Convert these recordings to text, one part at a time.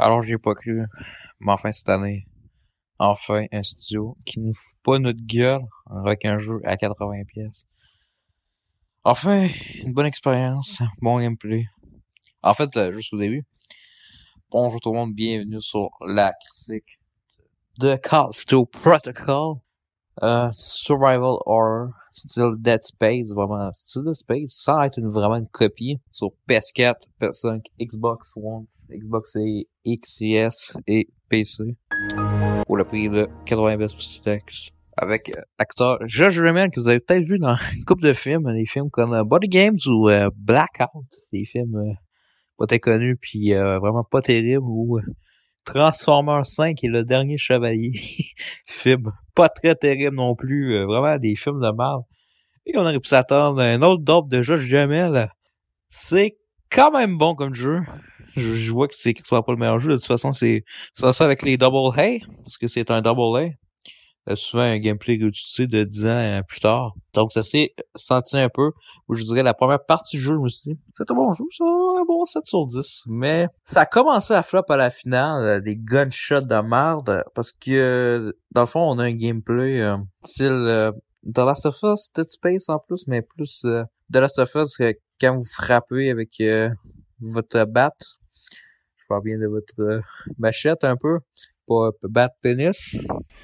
Alors, j'ai pas cru. Mais enfin, cette année, enfin, un studio qui nous fout pas notre gueule avec un jeu à 80 pièces. Enfin, une bonne expérience, bon gameplay. En fait, juste au début, bonjour tout le monde, bienvenue sur la critique de Callisto Protocol. Survival Horror, style Dead Space, vraiment style Dead Space, sans être vraiment une copie, sur PS4, PS5, Xbox One, Xbox XS et PC, pour le prix de 80 pièces plus taxes. Avec acteur Josh Ramel, que vous avez peut-être vu dans une couple de films, des films comme Body Games ou Blackout, des films pas très connus puis vraiment pas terribles, ou Transformers 5 et le dernier chevalier. Film pas très terrible non plus, vraiment des films de merde. Et on aurait pu s'attendre à un autre dope de Josh Jamel. C'est quand même bon comme jeu. Je vois que c'est pas le meilleur jeu. De toute façon, c'est ça avec les Double A, parce que c'est un Double A. Souvent un gameplay réutilisé de 10 ans plus tard. Donc ça s'est senti un peu, où je dirais la première partie du jeu, je me suis dit, c'est un bon jeu, ça, un bon 7 sur 10. Mais ça a commencé à flop à la finale, des gunshots de merde, parce que dans le fond, on a un gameplay style The Last of Us, Dead Space en plus, mais plus The Last of Us, quand vous frappez avec votre batte, je parle bien de votre machette un peu, pas batte pénis.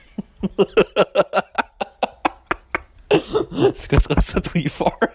Tu connais ça, 24?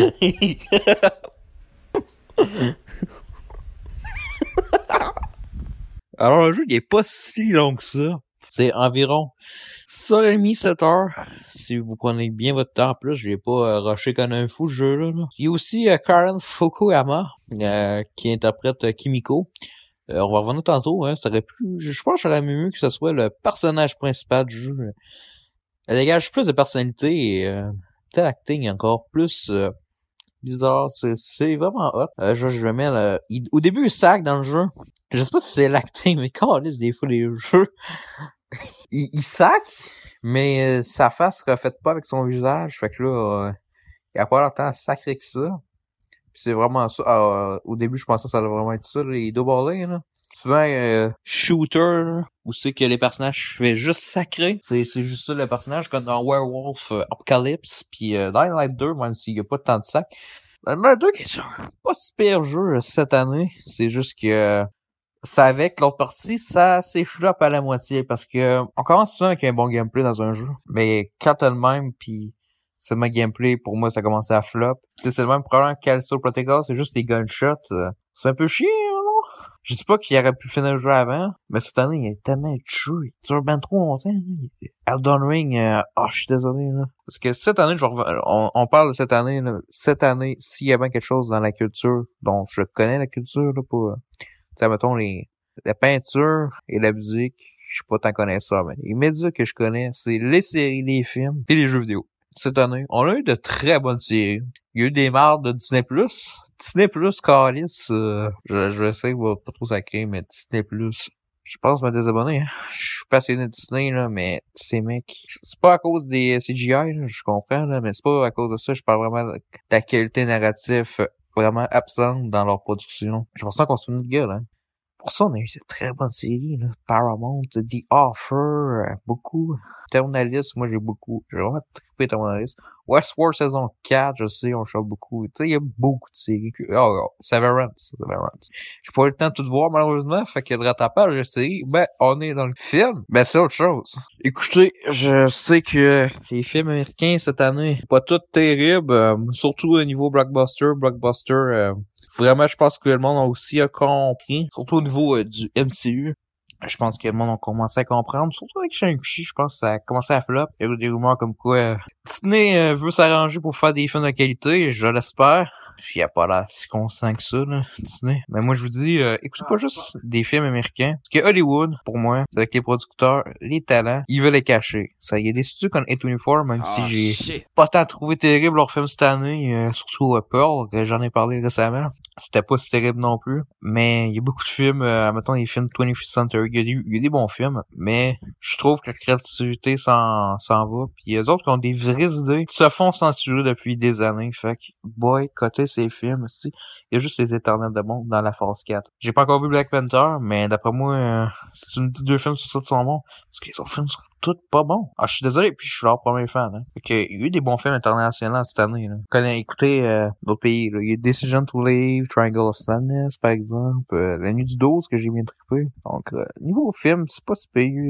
Alors, le jeu, il est pas si long que ça. C'est environ 6h30, 7h. Si vous prenez bien votre temps, en plus, je l'ai pas rushé comme un fou, ce jeu-là. Il y a aussi Karen Fukuyama, qui interprète Kimiko. On va revenir tantôt, hein. Ça aurait pu, je pense que j'aurais mieux que ce soit le personnage principal du jeu. Elle dégage plus de personnalité et tel acting encore plus bizarre. C'est vraiment hot. Je vais mettre au début il sac dans le jeu. Je sais pas si c'est l'acting, mais calisse des fois les jeux. il sac, mais sa face se reflète pas avec son visage. Fait que là, il a pas longtemps sacré que ça. Puis c'est vraiment ça. Au début, je pensais que ça allait vraiment être ça, les double A, là. Souvent, shooter, là, où c'est que les personnages fait juste sacré. C'est juste ça, le personnage, comme dans Werewolf Apocalypse, puis Dying Light 2, même s'il y a pas tant de sac. Dying Light 2, qui est pas super jeu cette année. C'est juste que ça avec l'autre partie, ça s'efflop à la moitié, parce que on commence souvent avec un bon gameplay dans un jeu. Mais quand t'as le même, puis c'est ma gameplay, pour moi, ça commençait à flop. C'est le même problème qu'Also Protocol, c'est juste les gunshots. C'est un peu chiant, non? Je dis pas qu'il aurait pu finir le jeu avant, mais cette année, il y a tellement de jeux. Il dure ben trop longtemps. Elden Ring, je suis désolé, là. Parce que cette année, on parle de cette année, là. Cette année, s'il y a bien quelque chose dans la culture, dont je connais la culture, là, pas, tu sais, mettons, la peinture et la musique, je suis pas tant connaisseur, mais les médias que je connais, c'est les séries, les films et les jeux vidéo. Cette année, on a eu de très bonnes séries. Il y a eu des mardes de Disney+. Disney+, Callis, je sais que va pas trop sacré, mais Disney+, je pense me désabonner, hein. Je suis passionné de Disney, là, mais ces mecs, c'est pas à cause des CGI, là, je comprends, là, mais c'est pas à cause de ça, je parle vraiment de la qualité narrative vraiment absente dans leur production. J'ai l'impression qu'on se fout de notre gueule, hein. Pour ça, on a eu de très bonnes séries, là. Paramount, The Offer, beaucoup. Terminalist, moi j'ai vraiment trippé Terminalist. Westworld saison 4, je sais, on chante beaucoup. Tu sais, il y a beaucoup de séries. Severance. J'ai pas eu le temps de tout voir, malheureusement, fait que le rattrapage de série, on est dans le film. C'est autre chose. Écoutez, je sais que les films américains cette année, pas tout terrible, surtout au niveau blockbuster. Vraiment, je pense que le monde a aussi compris, surtout au niveau du MCU. Je pense que le monde a commencé à comprendre, surtout avec Shang-Chi, je pense que ça a commencé à flop. Il y a eu des rumeurs comme quoi Disney veut s'arranger pour faire des films de qualité, je l'espère. Il y a pas l'air si conscient que ça, là, Disney. Mais moi, je vous dis, écoutez pas juste des films américains. Parce que Hollywood, pour moi, c'est avec les producteurs, les talents, ils veulent les cacher. Ça, il y a des studios comme A24, même si j'ai pas tant trouvé terrible leur film cette année, surtout Pearl, que j'en ai parlé récemment. C'était pas si terrible non plus. Mais il y a beaucoup de films, mettons les films 21st Century, il y a des bons films, mais je trouve que la créativité s'en va. Puis il y a d'autres qui ont des vraies idées, qui se font censurer depuis des années. Fait que, boycotter ces films aussi. Il y a juste les éternels de monde dans la phase 4. J'ai pas encore vu Black Panther, mais d'après moi, si tu me dis 2 films sur ça sont bons, parce que les autres films sont tous pas bons. Ah, je suis désolé, puis je suis leur premier fan. Hein. Fait que, il y a eu des bons films internationaux cette année. Là. Écoutez d'autres pays. Là. Il y a Decision to Live, Triangle of Sadness, par exemple. La Nuit du 12 que j'ai bien trippé. Donc, niveau film, c'est pas si payé.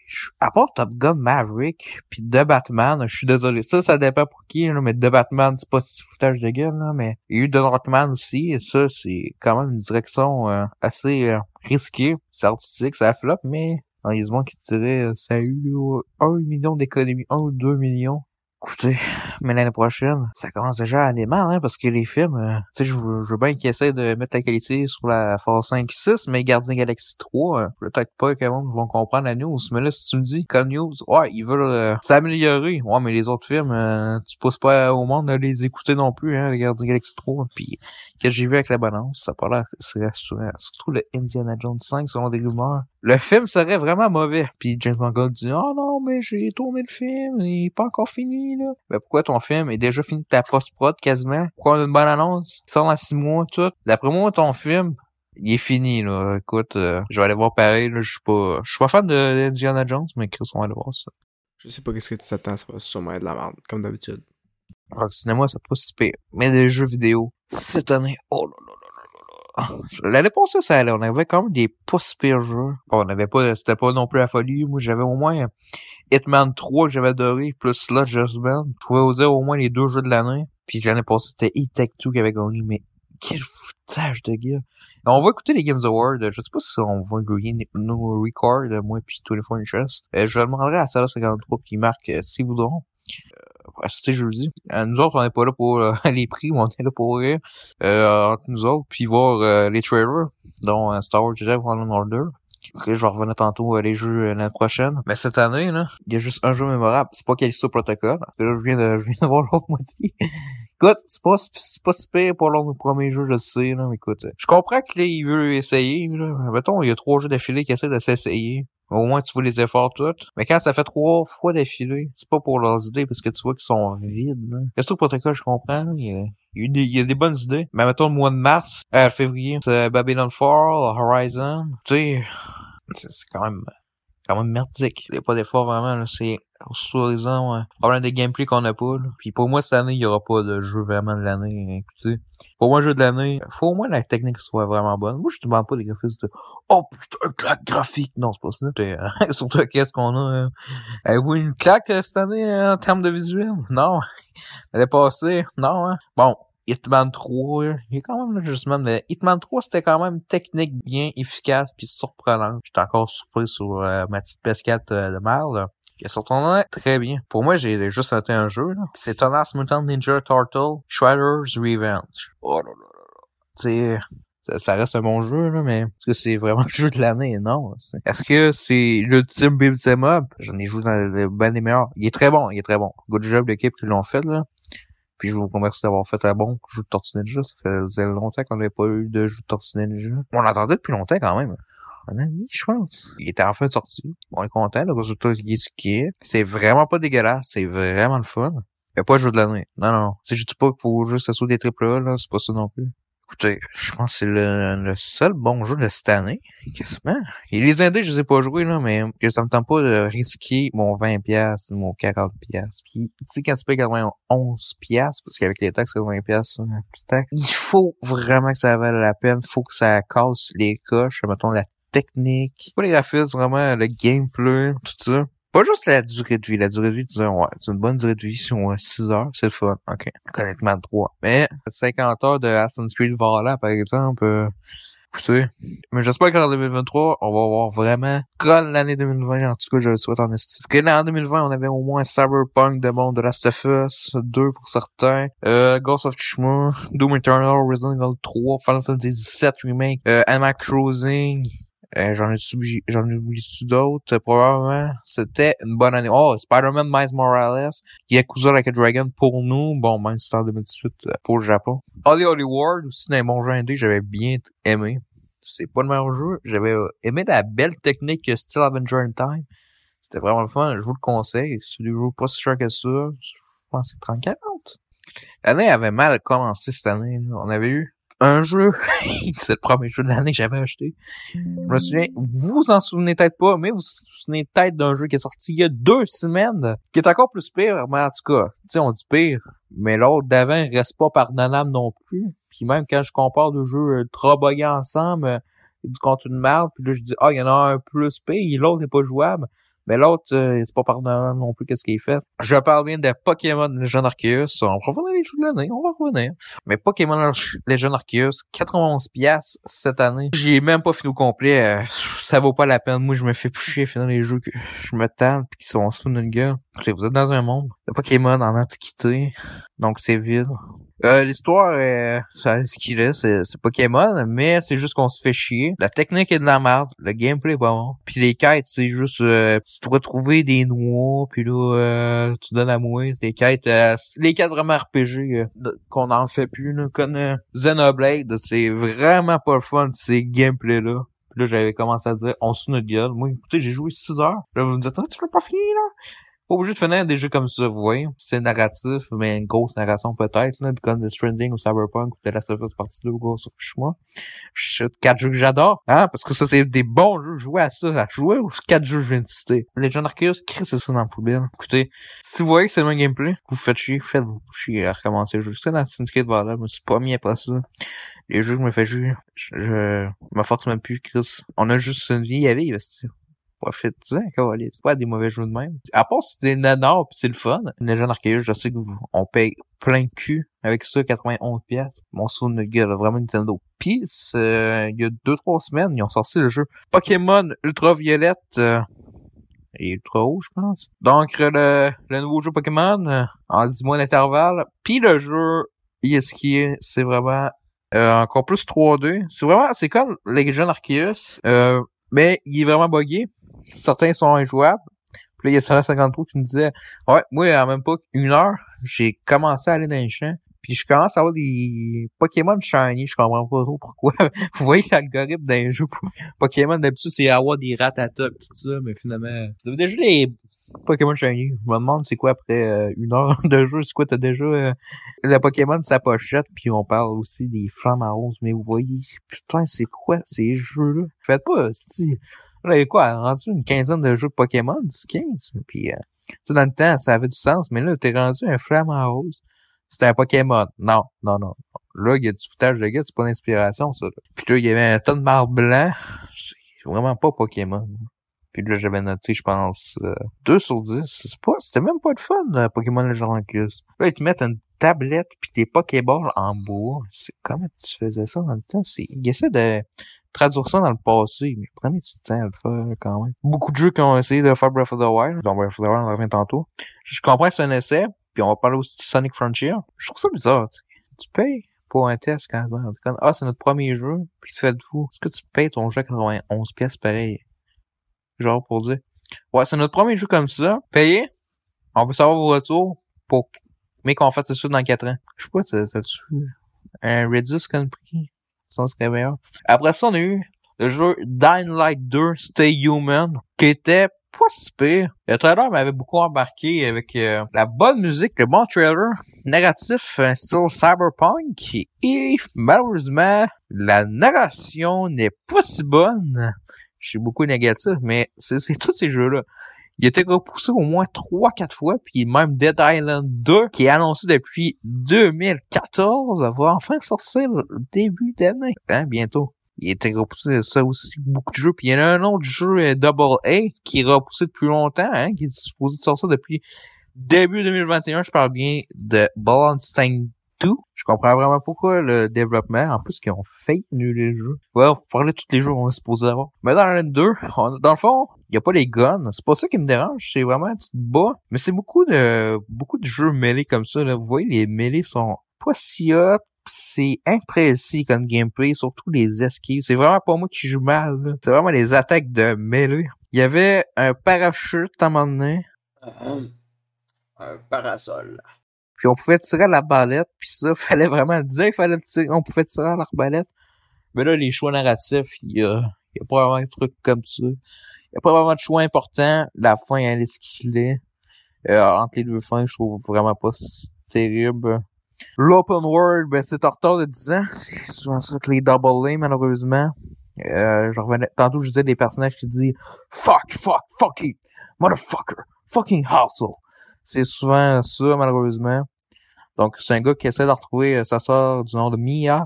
À part Top Gun Maverick, puis The Batman, je suis désolé. Ça dépend pour qui, là, mais The Batman, c'est pas si foutage de gueule, là, mais il y a eu The Northman aussi, et ça, c'est quand même une direction assez risquée. C'est artistique, ça flop, mais il y a des gens qui diraient ça a eu 1 million d'économies, 1 ou 2 millions. Écoutez, mais l'année prochaine, ça commence déjà à aller mal, hein, parce que les films, tu sais, je veux bien qu'ils essaient de mettre la qualité sur la phase 5 et 6, mais Gardien Galaxy 3, peut-être pas que le monde vont comprendre la news, mais là, si tu me dis, comme news, ouais, ils veulent s'améliorer, ouais, mais les autres films, tu pousses pas au monde à les écouter non plus, hein, les Gardien Galaxy 3, puis que j'ai vu avec la balance, ça a pas l'air, c'est rassurant, surtout le Indiana Jones 5, selon des rumeurs. Le film serait vraiment mauvais. Puis James Mangold dit « Ah non, mais j'ai tourné le film, il est pas encore fini, là. » Ben pourquoi ton film est déjà fini de ta post-prod quasiment? Pourquoi on a une bonne annonce? Il sort dans 6 mois, tout. D'après moi, ton film, il est fini, là. Écoute, je vais aller voir pareil, là. Je suis pas fan de Indiana Jones, mais Chris, on va aller voir ça. Je sais pas qu'est-ce que tu t'attends, ça va sûrement être de la merde, comme d'habitude. Alors, le cinéma, c'est pas si pire. Mais les jeux vidéo, cette année, oh là là. L'année passée, ça allait. On avait quand même des pas si pires jeux. Bon, on avait pas, c'était pas non plus la folie. Moi, j'avais au moins Hitman 3 que j'avais adoré, plus Lost Judgment. Je pouvais dire au moins les 2 jeux de l'année. Puis l'année passée, c'était It Take-Two qui avait gagné. Mais quel foutage de gars. On va écouter les Games Awards. Je sais pas si on va griller nos records, moi puis 24 Interest. Je demanderai à Salah 53 qui marque s'ils voudront. C'était jeudi. Nous autres, on n'est pas là pour les prix, mais on est là pour rire entre nous autres, puis voir les trailers, dont Star Wars Jedi Fallen Order. Okay, je vais revenir tantôt les jeux l'année prochaine. Mais cette année, là, il y a juste un jeu mémorable. C'est pas Callisto Protocol. Là, je viens de voir l'autre moitié. Écoute, c'est pas si pire pour l'un de nos premiers jeux, je le sais, là. Mais écoute, je comprends que là, il veut essayer, là. Mettons, il y a 3 jeux d'affilée qui essaient de s'essayer. Au moins, tu vois les efforts toutes. Mais quand ça fait 3 fois d'affilée, c'est pas pour leurs idées, parce que tu vois qu'ils sont vides, là. Callisto Protocol, je comprends, là. Il y a des bonnes idées. Mais mettons, le mois de mars, février, c'est Babylon Fall, Horizon. Tu sais, c'est quand même merdique. Il y a pas d'effort vraiment, là. C'est, sous Horizon, problème de gameplay qu'on a pas, là. Puis pour moi, cette année, il y aura pas de jeu vraiment de l'année. Écoutez, pour moi, jeu de l'année, faut au moins la technique soit vraiment bonne. Moi, je te demande pas des graphismes de, oh putain, claque graphique. Non, c'est pas ça. Surtout, qu'est-ce qu'on a, avez-vous une claque cette année, en termes de visuel? Non. Elle est passée. Non, hein. Bon. Hitman 3, il y a quand même justement, mais Hitman 3 c'était quand même technique bien efficace puis surprenante. J'étais encore surpris sur ma petite PS4 de merde. Qui est retourné très bien. Pour moi, j'ai juste noté un jeu, là. Pis c'est Teenage Mutant Ninja Turtle Shredder's Revenge. Oh là là là là. Tu sais, ça reste un bon jeu, là, mais est-ce que c'est vraiment le jeu de l'année? Non. Est-ce que c'est l'ultime beat'em up? J'en ai joué dans le ben des meilleurs. Il est très bon. Good job l'équipe qui l'ont fait, là. Puis je vous remercie d'avoir fait un bon jeu de Tortue Ninja. Ça faisait longtemps qu'on n'avait pas eu de jeu de Tortue Ninja. On l'attendait depuis longtemps quand même. Un an et demi, je pense. Il était enfin sorti. On est content. Le résultat il est ce qui est. C'est vraiment pas dégueulasse. C'est vraiment le fun. Il y a pas de jeu de l'année. Non. Tu sais, je dis pas qu'il faut juste s'asseoir des AAA, là. C'est pas ça non plus. Écoutez, je pense que c'est le seul bon jeu de cette année. Quasiment. Et les indés, je les ai pas joués, là, mais ça me tente pas de risquer mon 20$, mon 40$. Puis, tu sais, quand tu payes 91$, parce qu'avec les taxes, c'est 20$, petit taxe, il faut vraiment que ça vaille la peine. Faut que ça casse les coches, mettons, la technique. Pas les graphismes, vraiment, le gameplay, tout ça. Pas juste la durée de vie. La durée de vie, tu dis, ouais, c'est une bonne durée de vie sur 6 heures, c'est le fun. OK. Honnêtement, 3. Mais 50 heures de Assassin's Creed Valhalla, par exemple, écoutez. Mais j'espère qu'en 2023, on va avoir vraiment, comme l'année 2020, en tout cas, je le souhaite en estime. Parce que l'année 2020, on avait au moins Cyberpunk, The Last of Us 2 pour certains, Ghost of Tsushima, Doom Eternal, Resident Evil 3, Final Fantasy VII Remake, Animal Crossing, J'en ai oublié d'autres. Probablement, c'était une bonne année. Oh, Spider-Man Miles Morales. Yakuza Like a Dragon pour nous. Bon, même si c'était en 2018 pour le Japon. Hollywood aussi, dans les bons jeux indés, j'avais bien aimé. C'est pas le meilleur jeu. J'avais aimé la belle technique Steel Avenger in Time. C'était vraiment le fun. Je vous le conseille. C'est du jeu pas si cher que ça. Je pense que c'est 30-40. L'année avait mal commencé cette année. Là. On avait eu un jeu. C'est le premier jeu de l'année que j'avais acheté. Je me souviens, vous vous en souvenez peut-être pas, mais vous vous souvenez peut-être d'un jeu qui est sorti il y a 2 semaines, qui est encore plus pire, mais en tout cas, tu sais, on dit pire, mais l'autre d'avant, il reste pas pardonnable non plus. Puis même quand je compare deux jeux trop buggés ensemble, du contenu de merde, puis là je dis il y en a un plus pire, l'autre n'est pas jouable. Mais l'autre, c'est pas pardonnable non plus qu'est-ce qu'il est fait. Je parle bien de Pokémon Legend Arceus. On va revenir les jeux de l'année, on va revenir. Mais Pokémon Legend Arceus, 91$ cette année. J'ai même pas fini au complet. Ça vaut pas la peine. Moi, je me fais plus chier finir les jeux que je me tente pis qui sont sous une gueule. Vous êtes dans un monde de Pokémon en antiquité. Donc c'est vide. L'histoire c'est ce qu'il est, c'est Pokémon, mais c'est juste qu'on se fait chier. La technique est de la merde, le gameplay est pas bon. Puis les quêtes, c'est juste tu dois trouver des noix, puis là tu donnes à mourir. Les quêtes vraiment RPG qu'on en fait plus là, comme Xenoblade, c'est vraiment pas le fun ces gameplays là. Puis là j'avais commencé à dire on se fout notre gueule. Moi écoutez, j'ai joué 6 heures. Là vous me dites tu l'as pas fini là? Pas obligé de finir des jeux comme ça, vous voyez. C'est narratif, mais une grosse narration peut-être, là, comme The Stranding ou Cyberpunk ou The Last of Us Partie 2 ou Ghost of Tsushima. C'est 4 jeux que j'adore, hein, parce que ça, c'est des bons jeux. Jouer à ça, jouer aux 4 jeux que je viens de citer. Legend Arceus, crissez ça dans la poubelle. Écoutez, si vous voyez que c'est le même gameplay, vous faites chier, faites-vous chier à recommencer le jeu. C'est dans Syndicate Valhalla, je me suis pas mis après ça. Les jeux que je me fais jouer, je me force même plus, Chris. On a juste une vie à vivre, c'est profite-en, cavalier. C'est pas des mauvais jeux de même. À part si c'est des nanars pis c'est le fun. Legend Arceus, je sais on paye plein de cul avec ça, 91$. Mon son de gueule, vraiment Nintendo. Pis, il y a 2-3 semaines, ils ont sorti le jeu Pokémon Ultraviolette et Ultra Rouge, je pense. Donc, le nouveau jeu Pokémon, en 10 mois d'intervalle. Pis le jeu, c'est vraiment encore plus 3D. C'est comme Legend Arceus, mais il est vraiment buggé. Certains sont injouables. Puis là, il y a 153 qui me disait ouais, moi, en même pas une heure, j'ai commencé à aller dans les champs. Puis je commence à avoir des Pokémon shiny. Je comprends pas trop pourquoi. Vous voyez l'algorithme d'un jeu Pokémon, d'habitude, c'est avoir des Rattata et tout ça. Mais finalement, vous avez déjà des Pokémon shiny. Je me demande c'est quoi après une heure de jeu. C'est quoi, t'as déjà le Pokémon de sa pochette. Puis on parle aussi des flammes à rose. Mais vous voyez, putain, c'est quoi ces jeux-là? Faites pas, si... Là, il y a quoi, rendu une quinzaine de jeux de Pokémon, 15. Puis, tu sais, dans le temps, ça avait du sens, mais là, t'es rendu un flamme en rose. C'était un Pokémon. Non. Là, il y a du foutage de gueule, c'est pas d'inspiration, ça. Là. Puis là, il y avait un ton de marbre blanc. C'est vraiment pas Pokémon. Puis là, j'avais noté, je pense, 2 sur 10. C'était même pas de fun, Pokémon Legend Arceus. Là, ils te mettent une tablette pis tes Pokéballs en bois. C'est comment tu faisais ça dans le temps? Ils essaient de traduire ça dans le passé, mais prenez du temps à le faire, là, quand même. Beaucoup de jeux qui ont essayé de faire Breath of the Wild. Donc, Breath of the Wild, on en revient tantôt. Je comprends que c'est un essai, puis on va parler aussi de Sonic Frontier. Je trouve ça bizarre, tu sais. Tu payes pour un test quand même. C'est notre premier jeu, puis tu fais de fou. Est-ce que tu payes ton jeu à 91$ pareil? Genre, pour dire. Ouais, c'est notre premier jeu comme ça. Payé. On peut savoir vos retours mais qu'on fasse ça dans 4 ans. Je sais pas, t'as-tu un Redis comme prix? Ça serait meilleur. Après ça, on a eu le jeu Dying Light 2 Stay Human, qui était pas si pire. Le trailer m'avait beaucoup embarqué avec la bonne musique, le bon trailer, narratif, un style cyberpunk, et malheureusement, la narration n'est pas si bonne. Je suis beaucoup négatif, mais c'est tous ces jeux-là. Il a été repoussé au moins 3-4 fois, puis même Dead Island 2, qui est annoncé depuis 2014, va enfin sortir début d'année, bientôt. Il a été repoussé, ça aussi, beaucoup de jeux, puis il y en a un autre jeu Double A, qui est repoussé depuis longtemps, qui est supposé sortir depuis début 2021, je parle bien de Bloodstain 2. Je comprends vraiment pourquoi le développement, en plus qu'ils ont fait annuler le jeu. Ouais, on parlait de tous les jeux qu'on est supposé avoir. Mais dans le 2, dans le fond, il y a pas les guns. C'est pas ça qui me dérange, c'est vraiment tu te bats. Mais c'est beaucoup de jeux mêlés comme ça, là. Vous voyez, les mêlés sont pas si hot, c'est imprécis comme gameplay, surtout les esquives. C'est vraiment pas moi qui joue mal, là. C'est vraiment les attaques de mêlée. Il y avait un parachute à un moment donné. Un parasol. Puis on pouvait tirer à l'arbalète, puis ça, fallait vraiment dire qu'il fallait tirer, on pouvait tirer à l'arbalète. Mais là, les choix narratifs, il y a pas vraiment de trucs comme ça. Il y a pas vraiment de choix importants. La fin, elle est ce qu'il est. Entre les deux fins, je trouve vraiment pas terrible. L'open world, ben, c'est en retard de 10 ans. C'est souvent ça que les double A, malheureusement. Je revenais, tantôt, je disais des personnages qui disent fucking, motherfucker, fucking hustle. C'est souvent ça, malheureusement. Donc, c'est un gars qui essaie de retrouver sa sœur du nom de Mia.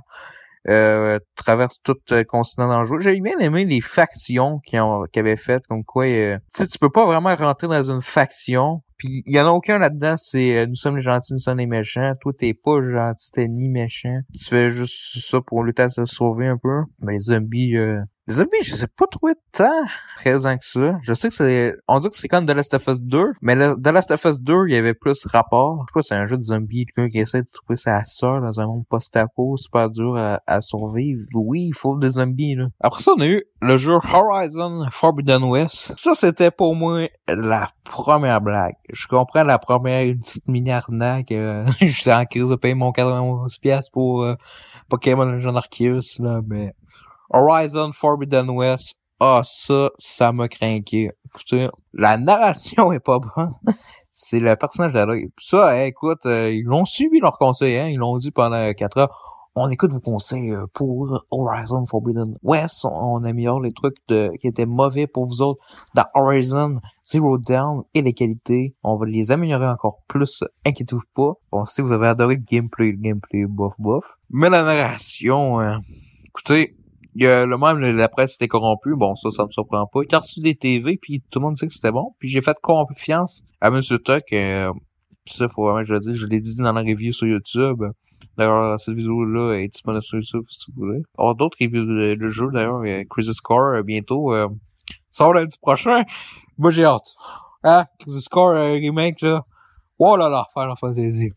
Traverse tout le continent dans le jeu. J'ai bien aimé les factions qu'ils avaient faites, comme quoi, tu sais, tu peux pas vraiment rentrer dans une faction. Puis il y en a aucun là-dedans, c'est nous sommes les gentils, nous sommes les méchants. Toi, t'es pas gentil, t'es ni méchant. Tu fais juste ça pour lutter à se sauver un peu. Mais les zombies, je sais pas trop tant présent que ça. Je sais que on dit que c'est comme The Last of Us 2, mais The Last of Us 2, il y avait plus rapport. Je sais pas, c'est un jeu de zombies, quelqu'un qui essaie de trouver sa sœur dans un monde post-apo, super dur à survivre. Oui, il faut des zombies, là. Après ça, on a eu le jeu Horizon Forbidden West. Ça, c'était pour moi la première blague. Je comprends la première, une petite mini arnaque. J'étais en crise de payer mon 91$ pour Pokémon Legend Arceus, là, mais Horizon Forbidden West, ça m'a craqué. Écoutez, la narration est pas bonne. C'est le personnage de la ça, écoute, ils l'ont suivi leurs conseils, hein. Ils l'ont dit pendant 4 heures. On écoute vos conseils pour Horizon Forbidden West. On améliore les trucs qui étaient mauvais pour vous autres dans Horizon Zero Dawn et les qualités. On va les améliorer encore plus. Inquiétez-vous pas. On sait que vous avez adoré le gameplay bof. Mais la narration, écoutez, il y a le même, la presse était corrompue. Bon, ça me surprend pas. Il a reçu des TV, puis tout le monde disait que c'était bon. Puis j'ai fait confiance à Monsieur Tuck. Ça, faut vraiment que je le dise. Je l'ai dit dans la review sur YouTube. D'ailleurs, cette vidéo-là est disponible sur YouTube si vous voulez. Alors, d'autres reviews de jeu, d'ailleurs, Crisis Core, bientôt, sort lundi prochain. Moi, j'ai hâte. Hein? Crisis Core, remake, là. Oh là là, Final Fantasy.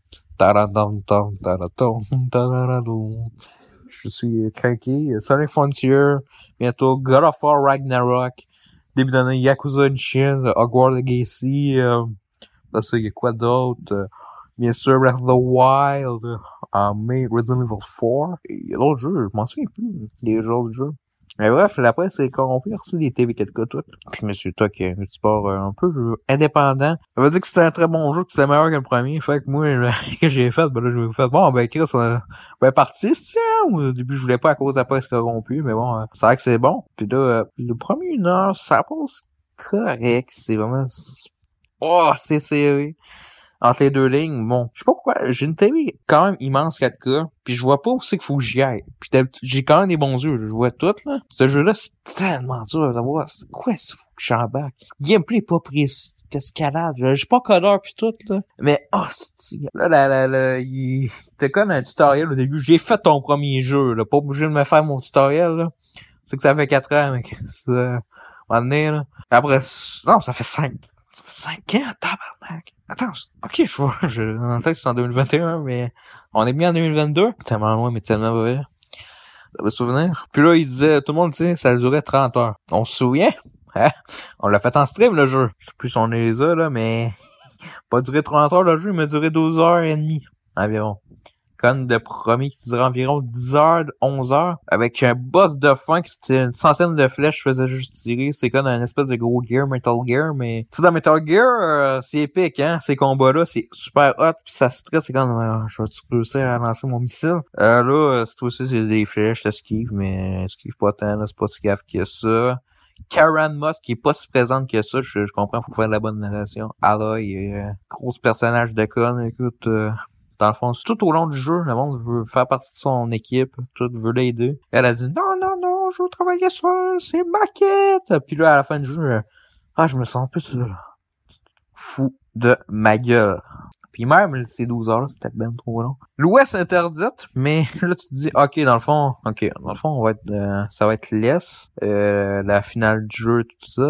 Je suis craqué. Sonic Frontier, bientôt God of War Ragnarok, début d'année Yakuza Ishin, Hogwarts Legacy, là, ça, il y a quoi d'autre? Bien sûr, Breath of the Wild, en mai, Resident Evil 4. Et il y a d'autres jeux, je m'en souviens plus, des autres jeux. Mais bref, la presse est corrompue, il a reçu des TV quelques tout. Puis Monsieur Tuck, un petit port un peu jeu indépendant. Ça veut dire que c'était un très bon jeu, que c'était meilleur que le premier. Fait que moi, que j'ai fait, ben là, j'ai fait, bon, ben Chris, parti, tiens. Au début, je voulais pas à cause de la presse corrompue, mais bon, c'est vrai que c'est bon. Puis là, le premier 1 heure, ça passe correct. C'est vraiment... c'est serré. Entre les deux lignes, bon, je sais pas pourquoi, j'ai une télé quand même immense 4K, puis je vois pas où c'est qu'il faut que j'y aille. Puis j'ai quand même des bons yeux, je vois tout, là. Ce jeu-là, c'est tellement dur à voir. C'est quoi s'il faut que j'embarque? Gameplay pas précis, escalade, je suis pas codeur pis tout, là. Mais, il te conne un tutoriel au début. J'ai fait ton premier jeu, là, pas obligé de me faire mon tutoriel, là. C'est que ça fait 4 ans, mec. C'est, un moment donné, là. Après, non, ça fait 5 ans, tabarnak. Attends, ok, je vois, en fait, c'est en 2021, mais on est bien en 2022. Tellement loin, mais tellement mauvais. Ça me souvenir. Puis là, il disait, tout le monde disait, ça durait 30 heures. On se souvient? Hein? On l'a fait en stream, le jeu. Je sais plus si on est là, mais pas duré 30 heures, le jeu, il m'a duré 12 heures et demie, environ. Con de premier qui durait environ 10 heures, 11 heures, avec un boss de fin qui c'était une centaine de flèches, je faisais juste tirer. C'est comme un espèce de gros gear, Metal Gear, mais tu sais, dans Metal Gear, c'est épique, hein, ces combats-là, c'est super hot, puis ça stresse, c'est comme, je vais-tu réussir à lancer mon missile? Là, c'est aussi, c'est des flèches, t'esquives, mais esquive pas tant, là, c'est pas si grave que ça. Karen Moss, qui est pas si présente que ça, je comprends, faut faire de la bonne narration. Aloy, gros personnage de con, écoute, dans le fond, tout au long du jeu, le monde veut faire partie de son équipe, tout veut l'aider. Elle a dit, non, je veux travailler seul, c'est ma quête. Puis là, à la fin du jeu, je me sens un peu fou de ma gueule. Puis même, ces 12 heures-là, c'était ben trop long. L'Ouest interdite, mais là, tu te dis, ok, dans le fond, on va être, ça va être less, la finale du jeu, tout ça.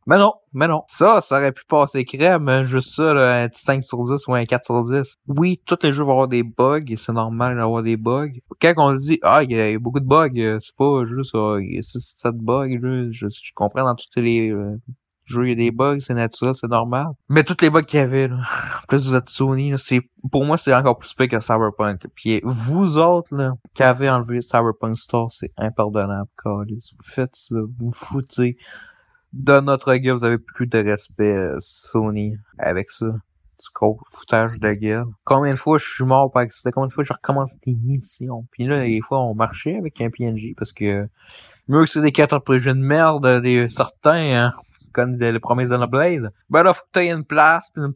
Mais non. Ça aurait pu passer crème, juste ça, là, un petit 5 sur 10 ou un 4 sur 10. Oui, tous les jeux vont avoir des bugs, et c'est normal d'avoir des bugs. Quand on dit, il y a beaucoup de bugs, c'est pas juste, il y a 6-7 bugs, là, je comprends dans tous les jeux, il y a des bugs, c'est naturel, c'est normal. Mais tous les bugs qu'il y avait, là, en plus vous êtes Sony, là, pour moi, c'est encore plus pire que Cyberpunk. Puis vous autres, là, qui avez enlevé Cyberpunk Store, c'est impardonnable, câlisse. Vous faites ça, vous foutez de notre gueule, vous avez plus de respect, Sony, avec ça. Du gros foutage de gueule. Combien de fois je suis mort par accident, combien de fois j'ai recommencé des missions. Puis là, des fois, on marchait avec un PNJ, parce que mieux que c'est des 4 projets de merde, des certains, hein, comme le premier Xenoblade. Ben là, faut que t'aies une place, puis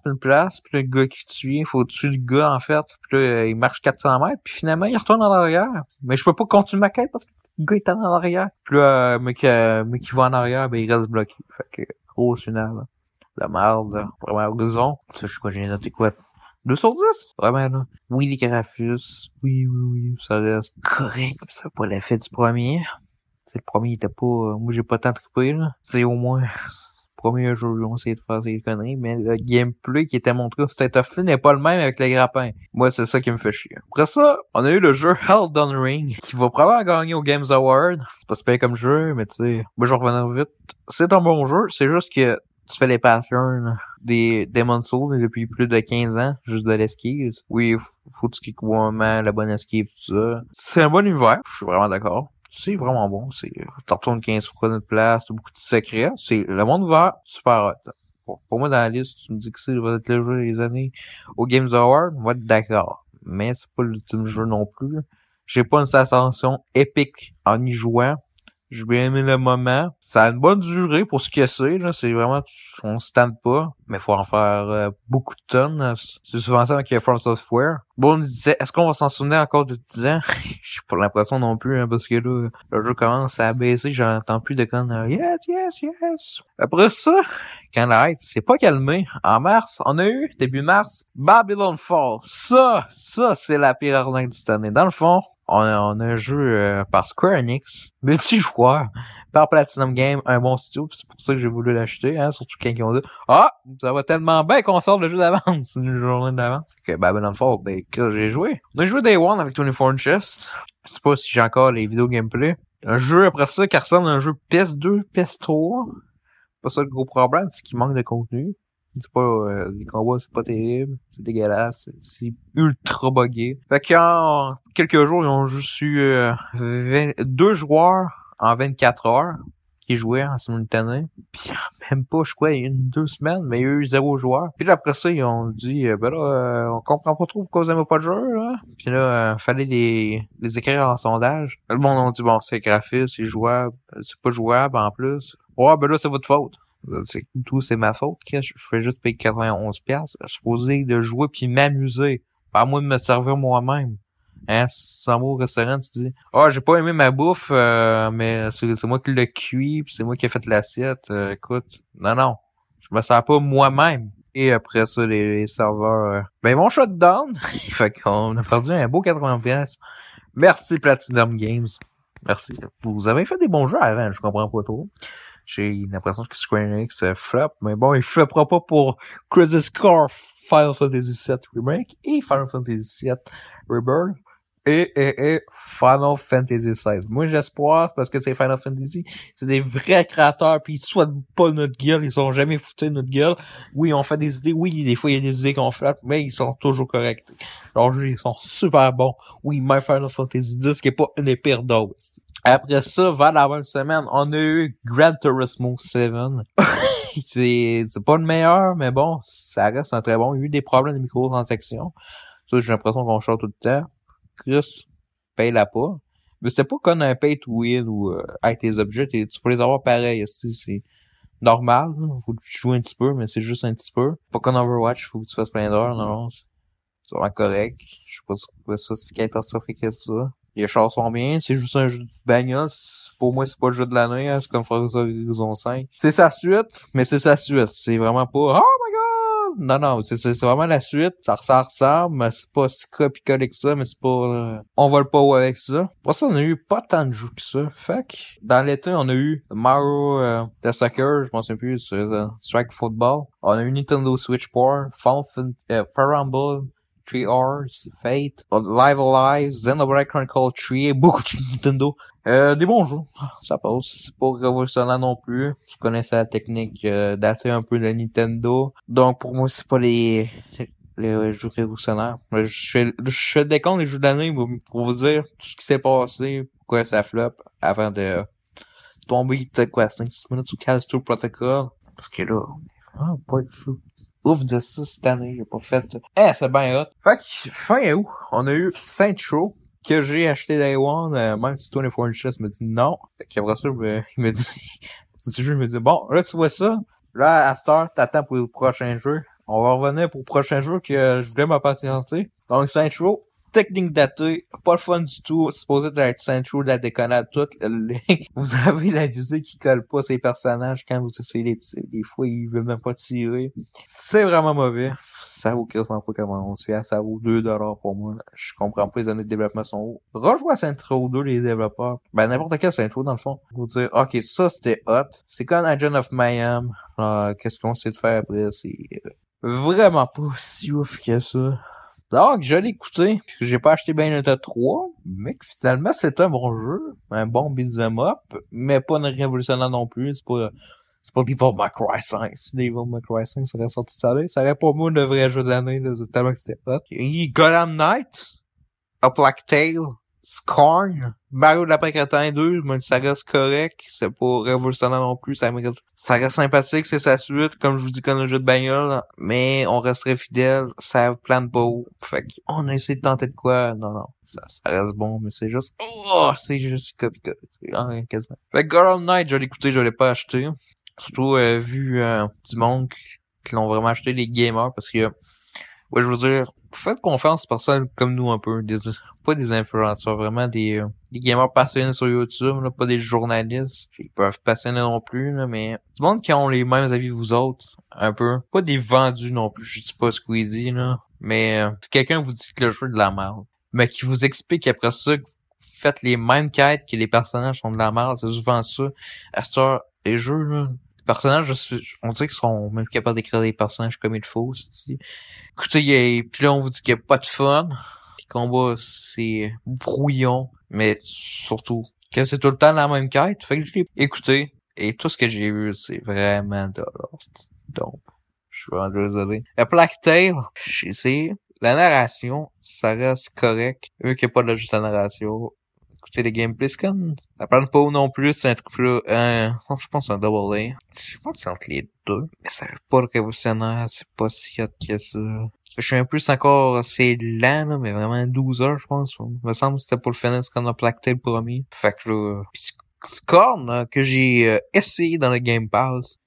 le gars qui tue, faut tuer le gars, en fait. Puis là, il marche 400 mètres, puis finalement, il retourne en arrière. Mais je peux pas continuer ma quête parce que le gars est en arrière. Puis là, mais qui va en arrière, ben il reste bloqué. Fait que, gros final, là. La merde, là. Vraiment, horizon. Ça, je sais pas, j'ai noté quoi? 2 sur 10? Vraiment, là. Oui, les graphismes. Oui, ça reste correct. Ça pas l'effet du premier. C'est le premier, il était pas, moi j'ai pas tant trippé, là. C'est au moins, le premier jeu, on essayé de faire ces conneries, mais le gameplay qui était montré au State of Play n'est pas le même avec les grappins. Moi, c'est ça qui me fait chier. Après ça, on a eu le jeu Elden Ring, qui va probablement gagner au Games Award. C'est pas super comme jeu, mais tu sais, moi je vais revenir vite. C'est un bon jeu, c'est juste que tu fais les patterns des Demon's Souls depuis plus de 15 ans, juste de l'esquive. Oui, faut que tu moment la bonne esquive, tout ça. C'est un bon univers, je suis vraiment d'accord. C'est vraiment bon, t'en retournes 15 fois notre place, t'as beaucoup de secrets, c'est le monde ouvert, super hot. Pour moi, dans la liste, tu me dis que c'est va être le jeu des années au Games Award, on va être d'accord. Mais c'est pas l'ultime jeu non plus. J'ai pas une sensation épique en y jouant. J'ai bien aimé le moment. Ça a une bonne durée pour ce que c'est, là. C'est vraiment, on se tente pas. Mais faut en faire beaucoup de tonnes. C'est souvent ça avec From Software. Bon, on disait, est-ce qu'on va s'en souvenir encore de 10 ans? J'ai pas l'impression non plus, hein, parce que là, le jeu commence à baisser, j'entends plus de connes. Yes. Après ça, quand la hype s'est pas calmée, en mars, on a eu, début mars, Babylon Fall. Ça, c'est la pire arnaque de cette année. Dans le fond, on a un jeu par Square Enix, multijoueur, par Platinum Game, un bon studio, pis c'est pour ça que j'ai voulu l'acheter, hein, surtout quand ils ont dit ça va tellement bien qu'on sort le jeu d'avance, une journée d'avance. Que Babylon Fall, ben que j'ai joué. On a joué Day One avec 24 Chess. Je sais pas si j'ai encore les vidéos gameplay. Un jeu après ça qui ressemble à un jeu PS2, PS3. Pas ça le gros problème, c'est qu'il manque de contenu. C'est pas, les combats, c'est pas terrible. C'est dégueulasse. C'est ultra buggé. Fait qu'en quelques jours, ils ont juste eu 2 joueurs en 24 heures qui jouaient en simultané. Puis même pas, je crois, il y a 2 semaines, mais il y a eu 0 joueur. Puis là, après ça, ils ont dit, on comprend pas trop pourquoi vous aimez pas le jeu, là. Puis là, fallait les écrire en sondage. Le monde a dit, bon, c'est graphique, c'est jouable, c'est pas jouable en plus. Ouais, ben là, c'est votre faute. C'est ma faute, que je fais juste payer 91$. Je suis supposé de jouer puis m'amuser. Pas à moi de me servir moi-même. Hein, si tu s'en vas au restaurant, tu dis j'ai pas aimé ma bouffe, mais c'est moi qui l'ai cuit, puis c'est moi qui ai fait l'assiette. Écoute, non. Je me sers pas moi-même. Et après ça, les serveurs ils vont shut down. Fait qu'on a perdu un beau 80$. Merci Platinum Games. Merci. Vous avez fait des bons jeux avant, je comprends pas trop. J'ai l'impression que Square Enix flop, mais bon, il floppera pas pour Crisis Core, Final Fantasy VII Remake et Final Fantasy VII Rebirth et Final Fantasy XVI. Moi, j'espère, parce que c'est Final Fantasy, c'est des vrais créateurs, puis ils souhaitent pas notre gueule, ils sont jamais foutus de notre gueule. Oui, on fait des idées, oui, des fois, il y a des idées qu'on flotte, mais ils sont toujours corrects. Leurs jeux, ils sont super bons. Oui, même Final Fantasy X, qui est pas une des pires d'autres. Après ça, vers la même semaine, on a eu Gran Turismo 7. c'est pas le meilleur, mais bon, ça reste un très bon. Il y a eu des problèmes de microtransactions. Ça, j'ai l'impression qu'on chante tout le temps. Chris, paye-la pas. Mais c'était pas comme un pay to win ou avec tes objets, tu faut les avoir pareil. C'est normal, là. Faut que tu joues un petit peu, mais c'est juste un petit peu. Pas comme Overwatch, faut que tu fasses plein d'heures, non. C'est vraiment correct. Je sais pas pourquoi ça, c'est catastrophique que ça. Les chars sont bien, c'est juste un jeu de bagnole. Pour moi, c'est pas le jeu de l'année, hein. C'est comme Forza Horizon 5. C'est sa suite, mais c'est sa suite. C'est vraiment pas, oh my god! Non, c'est vraiment la suite. Ça ressemble, mais c'est pas si copie-collé que ça, mais c'est pas, on vole pas haut avec ça. Pour ça, on a eu pas tant de jeux que ça. Fait que, dans l'été, on a eu Mario, The Soccer, je m'en souviens plus, Strike Football. On a eu Nintendo Switch Sport, Fire Emblem, 3 Hours, Fate, Live Alive, Xenoblade Chronicle 3 et beaucoup de Nintendo. Des bons jeux. Ça passe. C'est pas révolutionnaire non plus. Je connaissais la technique datée un peu de Nintendo. Donc pour moi, c'est pas les jeux révolutionnaires. Je fais des comptes des jeux d'année pour vous dire tout ce qui s'est passé, pourquoi ça flop, avant de tomber peut-être quoi, 5-6 minutes sur Callisto Protocol. Parce que là, on est vraiment pas de jeu ouf de ça cette année, j'ai pas fait. C'est bien hot. Fait que, fin août, on a eu Saints Row, que j'ai acheté Day One, même si 24 Inches me dit non. Fait qu'après ça, il me dit, ce jeu, il me dit, bon, là, tu vois ça, là, à cette heure, t'attends pour le prochain jeu. On va revenir pour le prochain jeu que je voulais m'impatienter. Donc, Saints Row, technique datée, pas le fun du tout, c'est supposé être Saints Row de la déconnade toute. Vous avez la musique qui colle pas ces personnages quand vous essayez de les tirer. Des fois, ils veulent même pas tirer. C'est vraiment mauvais. Ça vaut quasiment pas comment on se fait. Ça vaut 2$ pour moi. Je comprends pas, les années de développement sont hauts. Rejouez à Saints Row 2, les développeurs. Ben, n'importe quel Saints Row, dans le fond. Vous dire, ok, ça, c'était hot. C'est comme Agent of Mayhem. Qu'est-ce qu'on sait de faire après? C'est vraiment pas si ouf que ça. Donc, je l'ai écouté. J'ai pas acheté Bayonetta 3, mais que finalement, c'est un bon jeu. Un bon beat'em up, mais pas une révolutionnaire non plus. C'est pas Devil May Cry 5. Si Devil May Cry 5 serait sorti de ça, ça aurait pas moi le vrai jeu de l'année, là, tellement que c'était hot. Et Gotham Knight, A Plague Tale, Scorn, Mario de l'après-crétin 2, même si ça reste correct, c'est pas révolutionnaire non plus, ça reste sympathique, c'est sa suite, comme je vous dis comme un jeu de bagnole, mais on resterait fidèle, ça plane pas haut. Fait qu'on a essayé de tenter de quoi? Non, ça reste bon, mais c'est juste copie-coller, quasiment. Fait que Gotham Knight, je l'ai écouté, je l'ai pas acheté. Surtout, vu du monde qui l'ont vraiment acheté, les gamers, parce que, ouais, je veux dire, faites confiance aux personnes comme nous un peu, pas des influenceurs, vraiment des gamers passionnés sur YouTube, là, pas des journalistes. Ils peuvent passionner non plus, là, mais du monde qui ont les mêmes avis que vous autres, un peu. Pas des vendus non plus, je dis pas Squeezie, là. Mais si quelqu'un vous dit que le jeu est de la merde, mais qui vous explique après ça que vous faites les mêmes quêtes, que les personnages sont de la merde, c'est souvent ça. À cette heure, les jeux, là, les personnages, on dirait qu'ils sont même capables d'écrire des personnages comme il faut, c'est. Écoutez, puis là, on vous dit qu'il n'y a pas de fun. Les combats, c'est brouillon. Mais surtout, que c'est tout le temps la même quête. Fait que je l'ai écouté. Et tout ce que j'ai vu, c'est vraiment de donc, je suis vraiment désolé. La Plague Tale, j'ai essayé. La narration, ça reste correct. Eux qui n'ont pas de juste la narration. Écoutez, les gameplays, c'est comme, ça parle pas non plus, c'est un triple je pense un double A. Je pense que c'est entre les deux. Mais ça reste pas le révolutionnaire, c'est pas si hot que ça. Je suis un peu encore assez lent, là, mais vraiment 12 heures, je pense. Il me semble que c'était pour le finir, c'est comme un Plague Tale premier. Fait que là, Scorn, que j'ai essayé dans le Game Pass.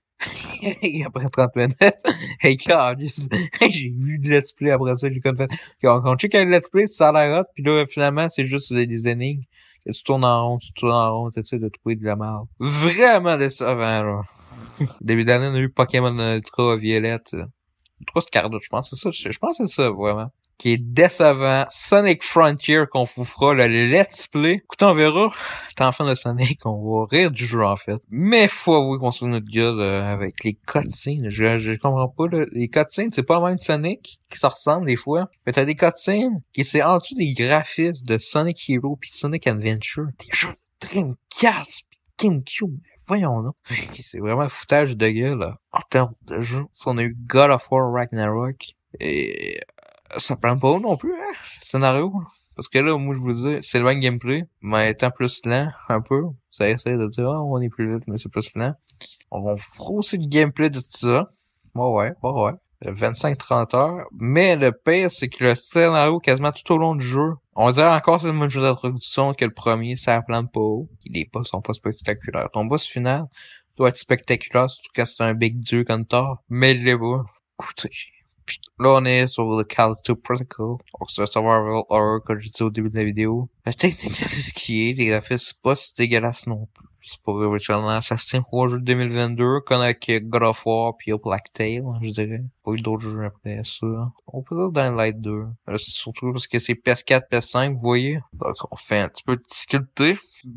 Après 30 minutes, hey, God, j'ai vu le let's play après ça, j'ai comme fait, on check un let's play, ça a l'air hot, pis là, finalement, c'est juste des énigmes. Que tu tournes en rond, t'essaies de trouver de la merde. Vraiment décevant, là. Début d'année, on a eu Pokémon Ultra Violette. Ultra Scarlet, je pense, c'est ça. Je pense que c'est ça, vraiment. Qui est décevant. Sonic Frontier qu'on vous fera le let's play. Écoutez, on verra. T'es en fin de Sonic, on va rire du jeu, en fait. Mais faut avouer qu'on se fout notre gueule avec les cutscenes. Je comprends pas, là. Les cutscenes, c'est pas le même Sonic qui se ressemble des fois. Mais t'as des cutscenes qui c'est en dessous des graphismes de Sonic Hero pis Sonic Adventure. Des jeux de Dreamcast pis GameCube. Voyons, là. C'est vraiment un foutage de gueule, là. En termes de jeu. On a eu God of War Ragnarok. Et ça prend pas haut non plus, hein, scénario. Parce que là, moi, je vous dis, c'est le même gameplay, mais étant plus lent, un peu. Ça essaie de dire, on est plus vite, mais c'est plus lent. On va frousser le gameplay de tout ça. Ouais. 25-30 heures. Mais le pire, c'est que le scénario, quasiment tout au long du jeu, on dirait encore c'est le même jeu d'introduction que le premier, ça plante pas haut. Les boss sont pas spectaculaires. Ton boss final doit être spectaculaire, surtout quand c'est un big dieu comme Thor. Mais je l'ai pas. Écoutez, là, on est sur le Callisto Protocol. Donc, c'est un survival horror, comme je disais au début de la vidéo. La technique, c'est ce qui est. Les graphismes, c'est pas si dégueulasse non plus. C'est pas réellement Assassin's Creed jeu de 2022, comme avec God of War pis Black Tail, je dirais. Pas eu d'autres jeux après ça. On peut dire Dying Light 2. Surtout parce que c'est PS4, PS5, vous voyez. Donc on fait un petit peu de difficulté.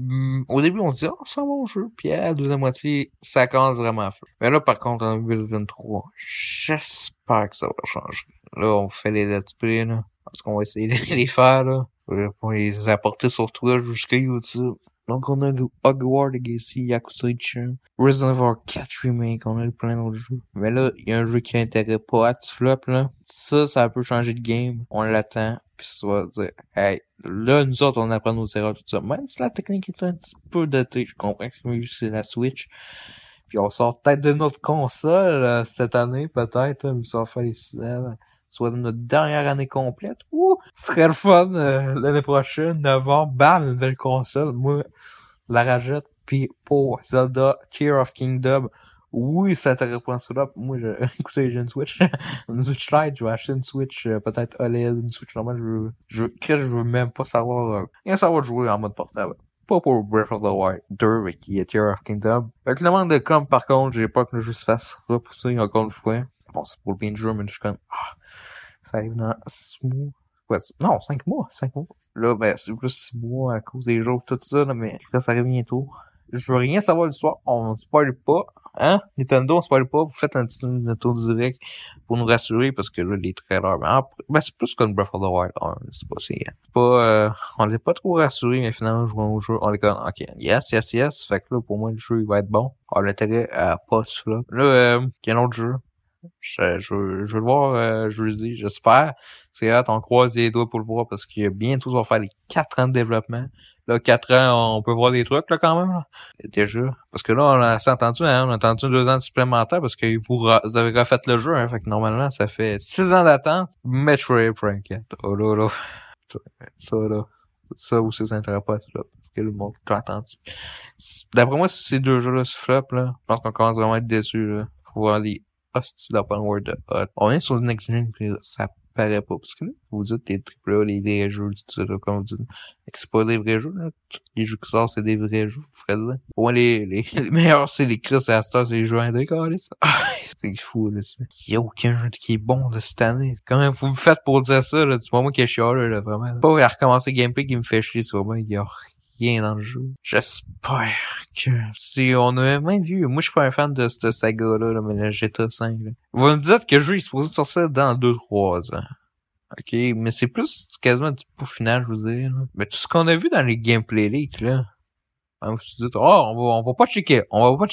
Au début on se dit, oh c'est un bon jeu. Puis à la deuxième moitié, ça commence vraiment à faire. Mais là par contre en 2023, j'espère que ça va changer. Là on fait les let's play là. Parce qu'on va essayer de les faire là. Pour les apporter sur Twitch jusqu'à YouTube. Donc, on a Hogwarts Legacy, Yakuza Ichiban, Resident Evil 4 Remake, on a eu plein d'autres jeux. Mais là, il y a un jeu qui intéresse pas à flop, là. Ça peut changer de game. On l'attend. Puis ça va dire, hey, là, nous autres, on apprend nos erreurs, tout ça. Même si la technique est un petit peu datée, je comprends que c'est la Switch. Puis on sort peut-être de notre console, cette année, peut-être, mais ça va faire les 6 ans, soit notre dernière année complète. Ouh, ce serait le fun l'année prochaine, novembre, bam, une nouvelle console. Moi, la rajoute. Puis pour Zelda, Tears of Kingdom, oui, ça t'intéresse pas ça là. Moi, écoutez, j'ai une Switch, une Switch Lite, je vais acheter une Switch, peut-être OLED, une Switch normale, je veux même pas savoir, rien savoir jouer en mode portable. Pas pour Breath of the Wild 2 qui est Tears of Kingdom. Avec le manque de com, par contre, j'ai pas que le jeu se fasse repousser encore une fois. Bon, c'est pour le bien du jeu, mais je suis comme, ça arrive dans 6 mois. Ouais, non, 5 mois, 5 mois. Là, ben, c'est plus 6 mois à cause des jours, tout ça, là, mais ça arrive bientôt. Je veux rien savoir l'histoire, on spoil pas, hein? Nintendo, on spoil pas, vous faites un petit tour direct pour nous rassurer, parce que là, les trailers, ben c'est plus comme Breath of the Wild 1, c'est pas, on l'est pas trop rassuré, mais finalement, jouant au jeu, on est comme, ok, yes, fait que là, pour moi, le jeu, il va être bon. On a l'intérêt à pas ce là. Là, il y a un autre jeu. Je veux le voir jeudi, j'espère. C'est hâte, on croise les doigts pour le voir parce que bientôt on va faire les 4 ans de développement. Là, 4 ans, on peut voir des trucs là quand même. Là. Déjà. Parce que là, on a assez entendu, hein, on a entendu 2 ans de supplémentaires parce que vous avez refait le jeu, hein. Fait que normalement, ça fait 6 ans d'attente. Metroid Prime 4. Oh là là. Ça là. Ça aussi, ça n'intéresse pas là. Parce que le monde tout attendu. D'après moi, si ces deux jeux-là se flopent, là, je pense qu'on commence vraiment à être déçus, là. Faut voir des hosties d'open world de hot. On est sur une next gen, puis ça paraît pas. Parce que là, vous dites les AAA, les vrais jeux, tout ça, là, comme vous dites. C'est pas des vrais jeux, là. Tous les jeux qui sortent, c'est des vrais jeux, vous ferez ça. Pour moi, les meilleurs, c'est les Chris et Astor, c'est les jeux indés, ça. C'est fou, là, ça. Il y a aucun jeu qui est bon de cette année. Comment vous me faites pour dire ça, là? C'est pas moi qui est chiant, là, vraiment. Là. Pas à recommencer gameplay qui me fait chier, c'est vraiment, il y a rien dans le jeu. J'espère que... Si on a même vu... Moi, je suis pas un fan de cette saga-là, mais le GTA 5, là. Vous me dites que le jeu est supposé sortir dans 2-3 ans. Ok, mais c'est plus quasiment du peaufinage, je vous dis, là. Mais tout ce qu'on a vu dans les gameplay leaks, là... Vous vous dites, on va pas checker.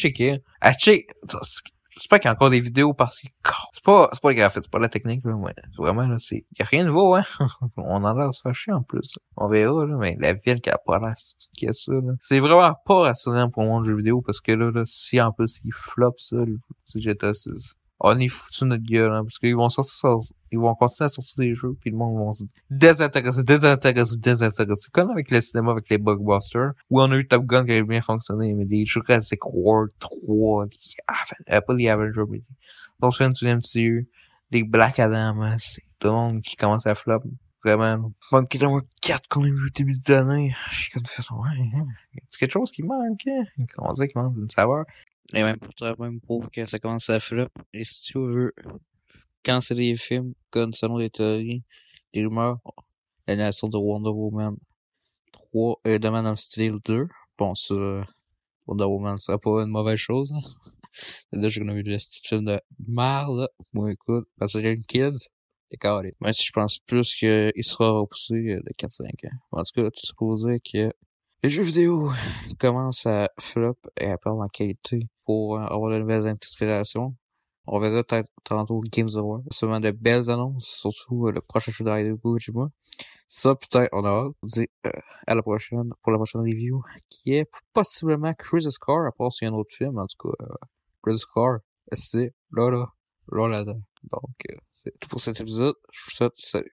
À check... J'espère qu'il y a encore des vidéos parce que c'est pas les graphiques, c'est pas la technique, là, ouais. Vraiment, là, y a rien de nouveau, hein. On en a l'air de se faire chier, en plus. On verra, là, mais la ville qui a pas l'air qui a ça, là. C'est vraiment pas rassurant pour moi, le jeu vidéo, parce que là, si en plus, ils flopent ça, le petit GTA 6. On est foutu notre gueule, hein, parce qu'ils vont sortir ça. Ils vont continuer à sortir des jeux, puis le monde va se désintéresser. Comme avec le cinéma, avec les blockbusters, où on a eu Top Gun qui avait bien fonctionné, mais des Jurassic World 3, pas les Avengers, mais donc c'est du MCU, des Black Adam, hein, c'est tout le monde qui commence à flop. Vraiment. Bon, Kingdom 4 qu'on a vu au début de l'année, j'ai comme fait ça, c'est quelque chose qui manque, hein. On dirait qu'il manque d'une saveur. Et même pour que ça commence à flop, et si tu veux canceller les films, comme selon des théories, des rumeurs, l'annulation de Wonder Woman 3 et de Man of Steel 2. Bon, ça, Wonder Woman serait pas une mauvaise chose, hein. C'est déjà qu'on a vu le petit film de marre, là. Moi, écoute, parce que j'ai une kids, c'est carré. Même si je pense plus qu'il sera repoussé de 4-5 ans. En tout cas, tout supposé que les jeux vidéo commencent à flop et à perdre en qualité pour avoir de nouvelles inspirations. On verra peut-être tantôt Games Award. Sûrement de belles annonces, surtout le prochain jeu d'Hideo Kojima. Ça, peut-être, on a hâte. On dit à la prochaine, pour la prochaine review, qui est possiblement Crisis Core, à part s'il y a un autre film, en tout cas, Crisis Core, c'est là. Donc, c'est tout pour cet épisode. Je vous souhaite salut.